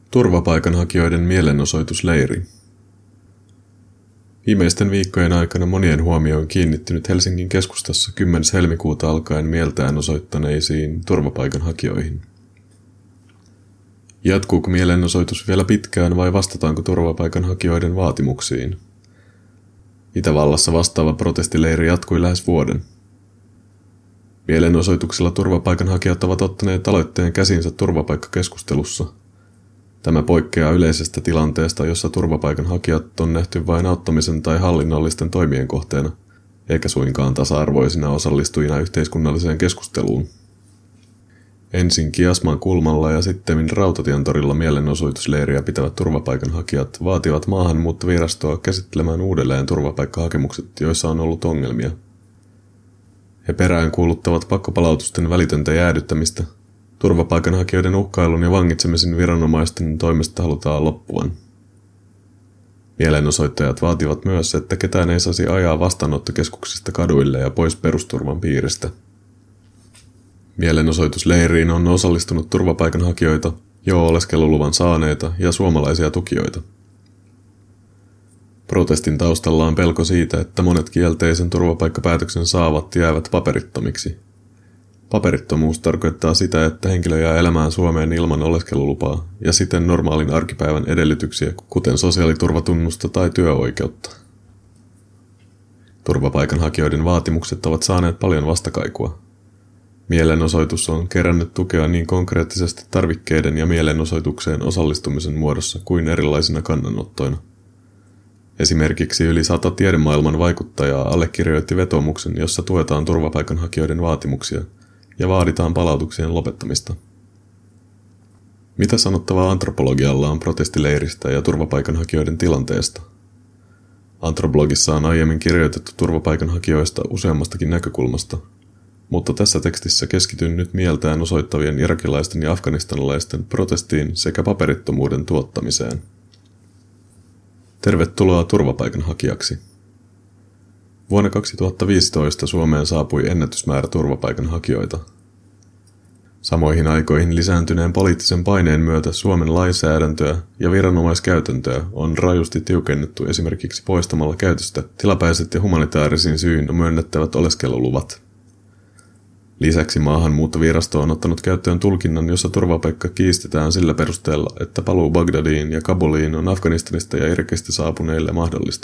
Turvapaikanhakijoiden mielenosoitusleiri. Viimeisten viikkojen aikana monien huomio on kiinnittynyt Helsingin keskustassa 10. helmikuuta alkaen mieltään osoittaneisiin turvapaikanhakijoihin. Jatkuuko mielenosoitus vielä pitkään vai vastataanko turvapaikanhakijoiden vaatimuksiin? Itävallassa vastaava protestileiri jatkui lähes vuoden. Mielenosoituksella turvapaikanhakijat ovat ottaneet aloitteen käsinsä turvapaikkakeskustelussa. Tämä poikkeaa yleisestä tilanteesta, jossa turvapaikanhakijat on nähty vain auttamisen tai hallinnollisten toimien kohteena, eikä suinkaan tasa-arvoisina osallistujina yhteiskunnalliseen keskusteluun. Ensin Kiasman kulmalla ja sittemmin Rautatientorilla mielenosoitusleiriä pitävät turvapaikanhakijat vaativat maahanmuuttovirastoa käsittelemään uudelleen turvapaikkahakemukset, joissa on ollut ongelmia. He peräänkuuluttavat pakkopalautusten välitöntä jäädyttämistä. Turvapaikanhakijoiden uhkailun ja vangitsemisen viranomaisten toimesta halutaan loppuvan. Mielenosoittajat vaativat myös, että ketään ei saisi ajaa vastaanottokeskuksista kaduille ja pois perusturvan piiristä. Mielenosoitusleiriin on osallistunut turvapaikanhakijoita, jo oleskeluluvan saaneita ja suomalaisia tukijoita. Protestin taustalla on pelko siitä, että monet kielteisen turvapaikkapäätöksen saavat jäävät paperittomiksi. Paperittomuus tarkoittaa sitä, että henkilö jää elämään Suomeen ilman oleskelulupaa ja siten normaalin arkipäivän edellytyksiä, kuten sosiaaliturvatunnusta tai työoikeutta. Turvapaikanhakijoiden vaatimukset ovat saaneet paljon vastakaikua. Mielenosoitus on kerännyt tukea niin konkreettisesti tarvikkeiden ja mielenosoitukseen osallistumisen muodossa kuin erilaisina kannanottoina. Esimerkiksi yli 100 tiedemaailman vaikuttajaa allekirjoitti vetoomuksen, jossa tuetaan turvapaikanhakijoiden vaatimuksia ja vaaditaan palautuksien lopettamista. Mitä sanottavaa antropologialla on protestileiristä ja turvapaikanhakijoiden tilanteesta? Antroblogissa on aiemmin kirjoitettu turvapaikanhakijoista useammastakin näkökulmasta, mutta tässä tekstissä keskityn nyt mieltään osoittavien irakilaisten ja afganistanilaisten protestiin sekä paperittomuuden tuottamiseen. Tervetuloa turvapaikanhakijaksi. Vuonna 2015 Suomeen saapui ennätysmäärä turvapaikanhakijoita. Samoihin aikoihin lisääntyneen poliittisen paineen myötä Suomen lainsäädäntöä ja viranomaiskäytäntöä on rajusti tiukennettu esimerkiksi poistamalla käytöstä tilapäiset ja humanitaarisin syin myönnettävät oleskeluluvat. Lisäksi maahanmuuttovirasto on ottanut käyttöön tulkinnan, jossa turvapaikka kiistetään sillä perusteella, että paluu Bagdadiin ja Kabuliin on Afganistanista ja Irakista saapuneille mahdollista.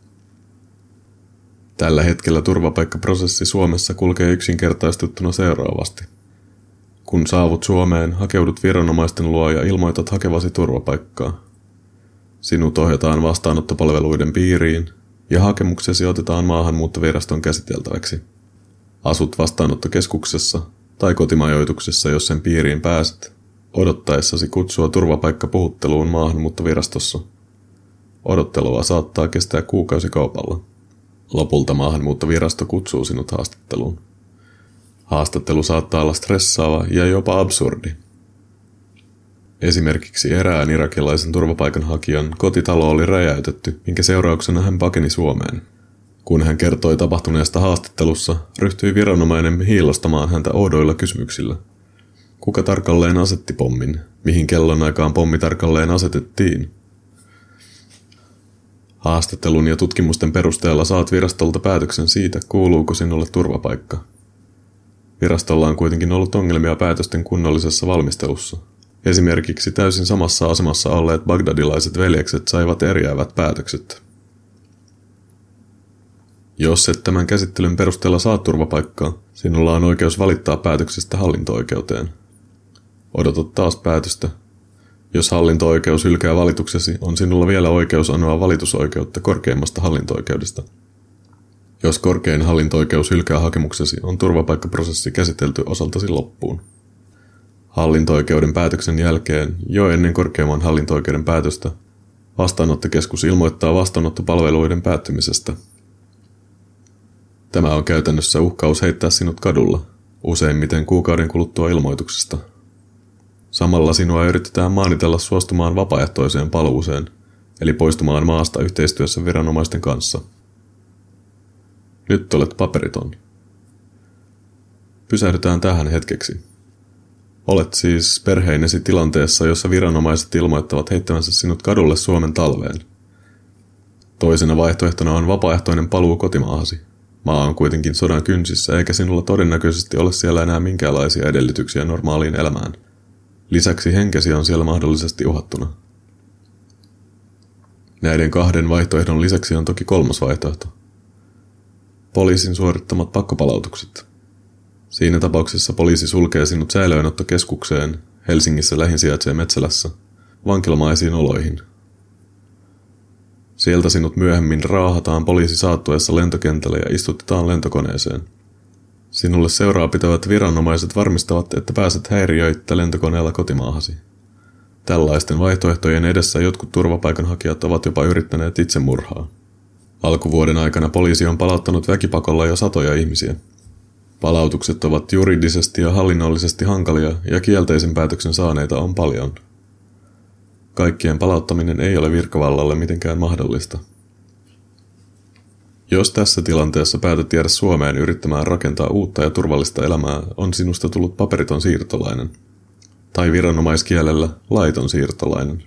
Tällä hetkellä turvapaikkaprosessi Suomessa kulkee yksinkertaistettuna seuraavasti. Kun saavut Suomeen, hakeudut viranomaisten luo ja ilmoitat hakevasi turvapaikkaa. Sinut ohjataan vastaanottopalveluiden piiriin ja hakemuksesi otetaan maahanmuuttoviraston käsiteltäväksi. Asut vastaanottokeskuksessa tai kotimajoituksessa, jos sen piiriin pääset, odottaessasi kutsua turvapaikkapuhutteluun maahanmuuttovirastossa. Odottelua saattaa kestää kuukausikaupalla. Lopulta maahanmuuttovirasto kutsuu sinut haastatteluun. Haastattelu saattaa olla stressaava ja jopa absurdi. Esimerkiksi erään irakilaisen turvapaikanhakijan kotitalo oli räjäytetty, minkä seurauksena hän pakeni Suomeen. Kun hän kertoi tapahtuneesta haastattelussa, ryhtyi viranomainen hiillostamaan häntä oudoilla kysymyksillä. Kuka tarkalleen asetti pommin? Mihin kellonaikaan pommi tarkalleen asetettiin? Haastattelun ja tutkimusten perusteella saat virastolta päätöksen siitä, kuuluuko sinulle turvapaikka. Virastolla on kuitenkin ollut ongelmia päätösten kunnollisessa valmistelussa. Esimerkiksi täysin samassa asemassa olleet bagdadilaiset veljekset saivat eriävät päätökset. Jos et tämän käsittelyn perusteella saa turvapaikkaa, sinulla on oikeus valittaa päätöksestä hallinto-oikeuteen. Odotat taas päätöstä. Jos hallinto-oikeus hylkää valituksesi, on sinulla vielä oikeus anoa valitusoikeutta korkeimmasta hallinto-oikeudesta. Jos korkein hallinto-oikeus hylkää hakemuksesi, on turvapaikkaprosessi käsitelty osaltasi loppuun. Hallinto-oikeuden päätöksen jälkeen, jo ennen korkeimman hallinto-oikeuden päätöstä, vastaanottokeskus ilmoittaa vastaanottopalveluiden päättymisestä. Tämä on käytännössä uhkaus heittää sinut kadulla, useimmiten kuukauden kuluttua ilmoituksesta. Samalla sinua yritetään maanitella suostumaan vapaaehtoiseen paluuseen, eli poistumaan maasta yhteistyössä viranomaisten kanssa. Nyt olet paperiton. Pysähdytään tähän hetkeksi. Olet siis perheinesi tilanteessa, jossa viranomaiset ilmoittavat heittävänsä sinut kadulle Suomen talveen. Toisena vaihtoehtona on vapaaehtoinen paluu kotimaahasi. Maa on kuitenkin sodan kynsissä, eikä sinulla todennäköisesti ole siellä enää minkäänlaisia edellytyksiä normaaliin elämään. Lisäksi henkesi on siellä mahdollisesti uhattuna. Näiden kahden vaihtoehdon lisäksi on toki kolmas vaihtoehto. Poliisin suorittamat pakkopalautukset. Siinä tapauksessa poliisi sulkee sinut säilöönottokeskukseen, Helsingissä lähin sijaitsee Metsälässä, vankilamaisiin oloihin. Sieltä sinut myöhemmin raahataan poliisi saattuessa lentokentälle ja istutetaan lentokoneeseen. Sinulle seuraa pitävät viranomaiset varmistavat, että pääset häiriöittä lentokoneella kotimaahasi. Tällaisten vaihtoehtojen edessä jotkut turvapaikanhakijat ovat jopa yrittäneet itsemurhaa. Alkuvuoden aikana poliisi on palauttanut väkipakolla jo satoja ihmisiä. Palautukset ovat juridisesti ja hallinnollisesti hankalia ja kielteisen päätöksen saaneita on paljon. Kaikkien palauttaminen ei ole virkavallalle mitenkään mahdollista. Jos tässä tilanteessa päätät jäädä Suomeen yrittämään rakentaa uutta ja turvallista elämää, on sinusta tullut paperiton siirtolainen. Tai viranomaiskielellä laiton siirtolainen.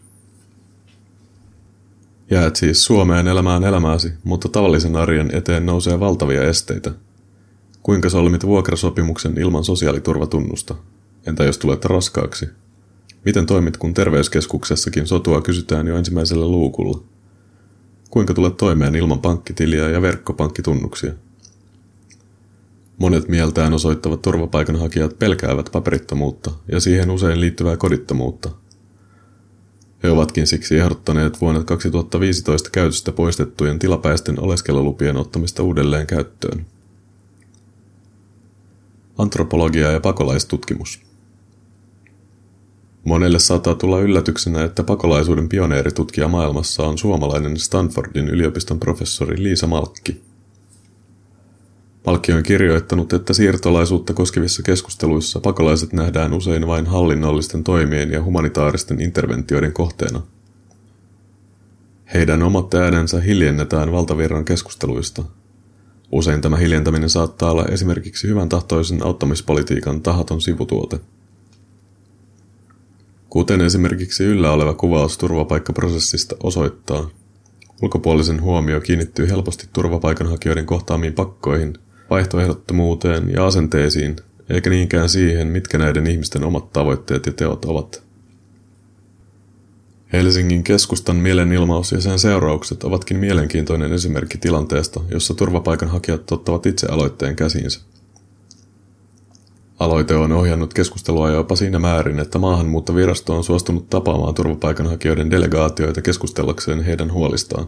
Jäät siis Suomeen elämään elämääsi, mutta tavallisen arjen eteen nousee valtavia esteitä. Kuinka solmit vuokrasopimuksen ilman sosiaaliturvatunnusta? Entä jos tulet raskaaksi? Miten toimit, kun terveyskeskuksessakin sotua kysytään jo ensimmäisellä luukulla? Kuinka tulet toimeen ilman pankkitiliä ja verkkopankkitunnuksia? Monet mieltään osoittavat turvapaikanhakijat pelkäävät paperittomuutta ja siihen usein liittyvää kodittomuutta. He ovatkin siksi ehdottaneet vuonna 2015 käytöstä poistettujen tilapäisten oleskelulupien ottamista uudelleen käyttöön. Antropologia ja pakolaistutkimus. Monelle saattaa tulla yllätyksenä, että pakolaisuuden pioneeritutkija maailmassa on suomalainen Stanfordin yliopiston professori Liisa Malkki. Malkki on kirjoittanut, että siirtolaisuutta koskevissa keskusteluissa pakolaiset nähdään usein vain hallinnollisten toimien ja humanitaaristen interventioiden kohteena. Heidän omat äänensä hiljennetään valtavirran keskusteluista. Usein tämä hiljentäminen saattaa olla esimerkiksi hyvän tahtoisen auttamispolitiikan tahaton sivutuote. Kuten esimerkiksi yllä oleva kuvaus turvapaikkaprosessista osoittaa, ulkopuolisen huomio kiinnittyy helposti turvapaikanhakijoiden kohtaamiin pakkoihin, vaihtoehdottomuuteen ja asenteisiin, eikä niinkään siihen, mitkä näiden ihmisten omat tavoitteet ja teot ovat. Helsingin keskustan mielenilmaus ja sen seuraukset ovatkin mielenkiintoinen esimerkki tilanteesta, jossa turvapaikanhakijat ottavat itse aloitteen käsiinsä. Aloite on ohjannut keskustelua jopa siinä määrin, että maahanmuuttovirasto on suostunut tapaamaan turvapaikanhakijoiden delegaatioita keskustellakseen heidän huolistaan.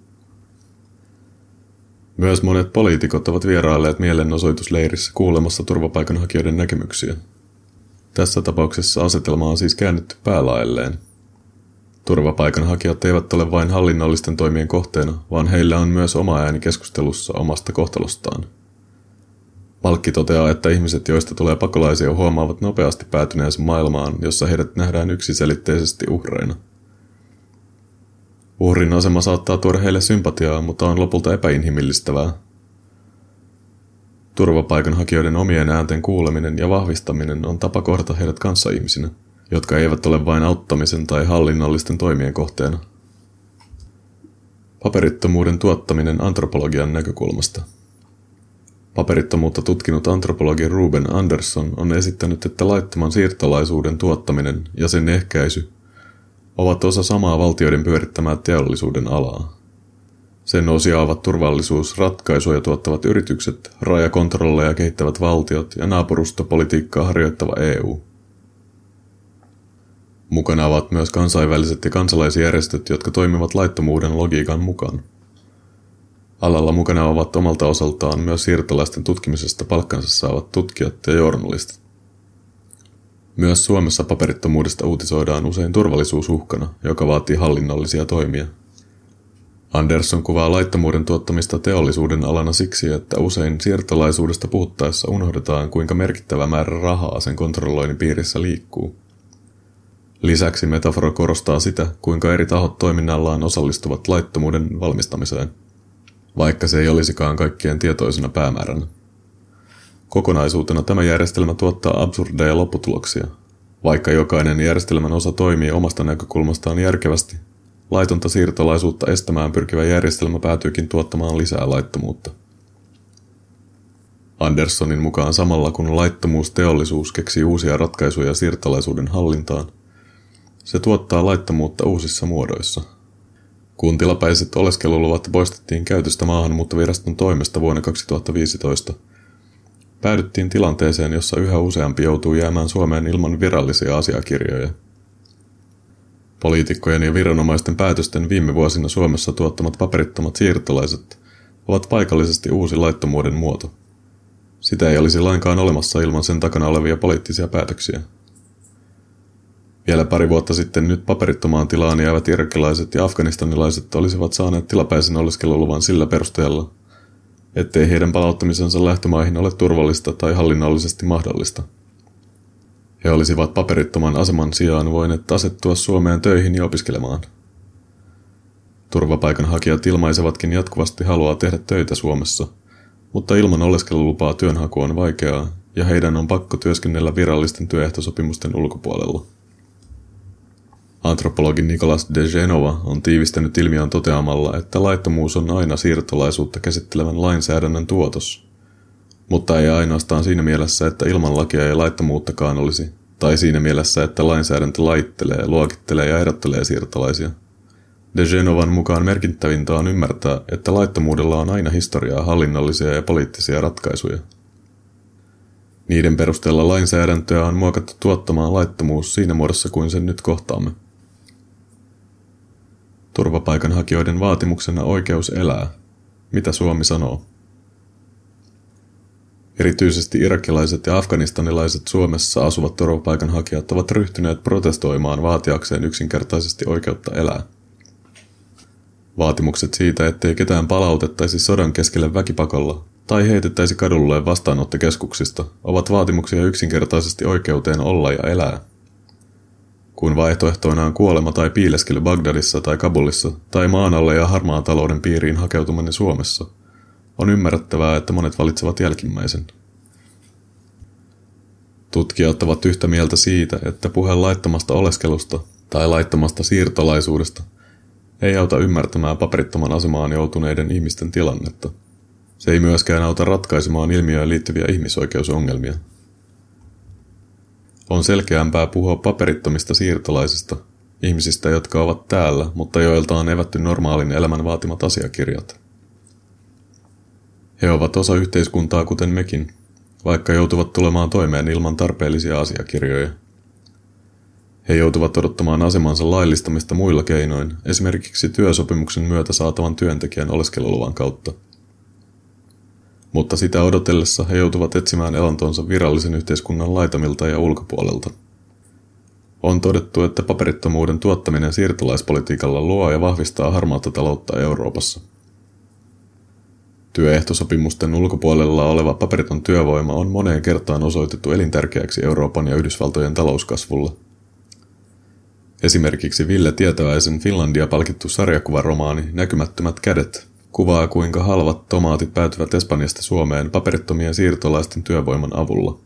Myös monet poliitikot ovat vierailleet mielenosoitusleirissä kuulemassa turvapaikanhakijoiden näkemyksiä. Tässä tapauksessa asetelma on siis käännetty päälaelleen. Turvapaikanhakijat eivät ole vain hallinnollisten toimien kohteena, vaan heillä on myös oma ääni keskustelussa omasta kohtalostaan. Malkki toteaa, että ihmiset, joista tulee pakolaisia, huomaavat nopeasti päätyneensä maailmaan, jossa heidät nähdään yksiselitteisesti uhreina. Uhrin asema saattaa tuoda heille sympatiaa, mutta on lopulta epäinhimillistävää. Turvapaikanhakijoiden omien äänten kuuleminen ja vahvistaminen on tapa kohdata heidät kanssaihmisinä, jotka eivät ole vain auttamisen tai hallinnollisten toimien kohteena. Paperittomuuden tuottaminen antropologian näkökulmasta. Paperittomuutta tutkinut antropologi Ruben Andersson on esittänyt, että laittoman siirtolaisuuden tuottaminen ja sen ehkäisy ovat osa samaa valtioiden pyörittämää teollisuuden alaa. Sen osia ovat turvallisuusratkaisuja tuottavat yritykset, rajakontrolleja kehittävät valtiot ja naapurustopolitiikkaa harjoittava EU. Mukana ovat myös kansainväliset ja kansalaisjärjestöt, jotka toimivat laittomuuden logiikan mukaan. Alalla mukana ovat omalta osaltaan myös siirtolaisten tutkimisesta palkkansa saavat tutkijat ja journalistit. Myös Suomessa paperittomuudesta uutisoidaan usein turvallisuusuhkana, joka vaatii hallinnollisia toimia. Andersson kuvaa laittomuuden tuottamista teollisuuden alana siksi, että usein siirtolaisuudesta puhuttaessa unohdetaan, kuinka merkittävä määrä rahaa sen kontrolloinnin piirissä liikkuu. Lisäksi metafora korostaa sitä, kuinka eri tahot toiminnallaan osallistuvat laittomuuden valmistamiseen, vaikka se ei olisikaan kaikkien tietoisena päämääränä. Kokonaisuutena tämä järjestelmä tuottaa absurdeja lopputuloksia. Vaikka jokainen järjestelmän osa toimii omasta näkökulmastaan järkevästi, laitonta siirtolaisuutta estämään pyrkivä järjestelmä päätyykin tuottamaan lisää laittomuutta. Anderssonin mukaan samalla kun laittomuusteollisuus keksii uusia ratkaisuja siirtolaisuuden hallintaan, se tuottaa laittomuutta uusissa muodoissa. Kun tilapäiset oleskeluluvat poistettiin käytöstä maahanmuuttoviraston toimesta vuonna 2015, päädyttiin tilanteeseen, jossa yhä useampi joutuu jäämään Suomeen ilman virallisia asiakirjoja. Poliitikkojen ja viranomaisten päätösten viime vuosina Suomessa tuottamat paperittomat siirtolaiset ovat paikallisesti uusi laittomuuden muoto. Sitä ei olisi lainkaan olemassa ilman sen takana olevia poliittisia päätöksiä. Vielä pari vuotta sitten nyt paperittomaan tilaan jäävät irakilaiset ja afganistanilaiset olisivat saaneet tilapäisen oleskeluluvan sillä perusteella, ettei heidän palauttamisensa lähtömaihin ole turvallista tai hallinnollisesti mahdollista. He olisivat paperittoman aseman sijaan voineet asettua Suomeen töihin ja opiskelemaan. Turvapaikanhakijat ilmaisevatkin jatkuvasti halua tehdä töitä Suomessa, mutta ilman oleskelulupaa työnhaku on vaikeaa ja heidän on pakko työskennellä virallisten työehtosopimusten ulkopuolella. Antropologi Nicolas de Genova on tiivistänyt ilmiön toteamalla, että laittomuus on aina siirtolaisuutta käsittelevän lainsäädännön tuotos, mutta ei ainoastaan siinä mielessä, että ilman lakia ei laittomuuttakaan olisi, tai siinä mielessä, että lainsäädäntö laittelee, luokittelee ja erottelee siirtolaisia. De Genovan mukaan merkittävintä on ymmärtää, että laittomuudella on aina historiaa hallinnollisia ja poliittisia ratkaisuja. Niiden perusteella lainsäädäntöä on muokattu tuottamaan laittomuus siinä muodossa kuin sen nyt kohtaamme. Turvapaikanhakijoiden vaatimuksena oikeus elää. Mitä Suomi sanoo? Erityisesti irakilaiset ja afganistanilaiset Suomessa asuvat turvapaikanhakijat ovat ryhtyneet protestoimaan vaatiakseen yksinkertaisesti oikeutta elää. Vaatimukset siitä, ettei ketään palautettaisi sodan keskelle väkipakolla tai heitettäisi kadulle vastaanottokeskuksista, ovat vaatimuksia yksinkertaisesti oikeuteen olla ja elää. Kun vaihtoehtoina on kuolema tai piileskely Bagdadissa tai Kabulissa tai maan alle ja harmaan talouden piiriin hakeutuminen Suomessa, on ymmärrettävää, että monet valitsevat jälkimmäisen. Tutkijat ovat yhtä mieltä siitä, että puhe laittomasta oleskelusta tai laittomasta siirtolaisuudesta ei auta ymmärtämään paperittoman asemaan joutuneiden ihmisten tilannetta. Se ei myöskään auta ratkaisemaan ilmiöön liittyviä ihmisoikeusongelmia. On selkeämpää puhua paperittomista siirtolaisista, ihmisistä, jotka ovat täällä, mutta joilta on evätty normaalin elämän vaatimat asiakirjat. He ovat osa yhteiskuntaa kuten mekin, vaikka joutuvat tulemaan toimeen ilman tarpeellisia asiakirjoja. He joutuvat odottamaan asemansa laillistamista muilla keinoin, esimerkiksi työsopimuksen myötä saatavan työntekijän oleskeluluvan kautta. Mutta sitä odotellessa he joutuvat etsimään elantonsa virallisen yhteiskunnan laitamilta ja ulkopuolelta. On todettu, että paperittomuuden tuottaminen siirtolaispolitiikalla luo ja vahvistaa harmaata taloutta Euroopassa. Työehtosopimusten ulkopuolella oleva paperiton työvoima on moneen kertaan osoitettu elintärkeäksi Euroopan ja Yhdysvaltojen talouskasvulle. Esimerkiksi Ville Tietäväisen Finlandia-palkittu sarjakuvaromaani Näkymättömät kädet kuvaa, kuinka halvat tomaatit päätyvät Espanjasta Suomeen paperittomien siirtolaisten työvoiman avulla.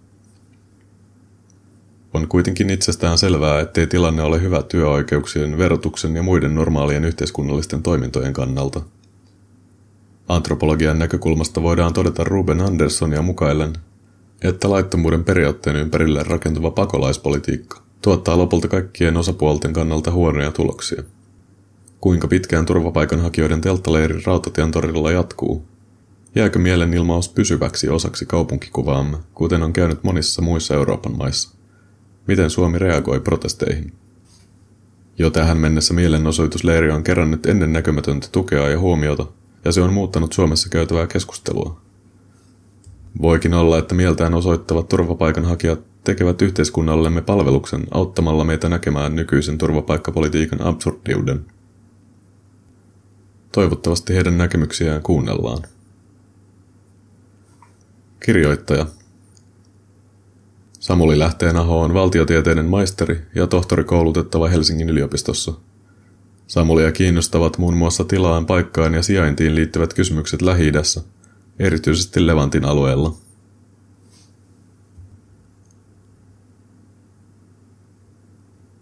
On kuitenkin itsestään selvää, ettei tilanne ole hyvä työoikeuksien, verotuksen ja muiden normaalien yhteiskunnallisten toimintojen kannalta. Antropologian näkökulmasta voidaan todeta Ruben Anderssonia mukaillen, että laittomuuden periaatteen ympärille rakentuva pakolaispolitiikka tuottaa lopulta kaikkien osapuolten kannalta huonoja tuloksia. Kuinka pitkään turvapaikanhakijoiden telttaleiri Rautatientorilla jatkuu? Jääkö mielenilmaus pysyväksi osaksi kaupunkikuvaamme, kuten on käynyt monissa muissa Euroopan maissa? Miten Suomi reagoi protesteihin? Jo tähän mennessä mielenosoitusleiri on kerännyt ennennäkemätöntä tukea ja huomiota, ja se on muuttanut Suomessa käytävää keskustelua. Voikin olla, että mieltään osoittavat turvapaikanhakijat tekevät yhteiskunnallemme palveluksen auttamalla meitä näkemään nykyisen turvapaikkapolitiikan absurdiuden. Toivottavasti heidän näkemyksiään kuunnellaan. Kirjoittaja Samuli Lähteenaho on valtiotieteiden maisteri ja tohtorikoulutettava Helsingin yliopistossa. Samulia kiinnostavat muun muassa tilaan, paikkaan ja sijaintiin liittyvät kysymykset Lähi-idässä, erityisesti Levantin alueella.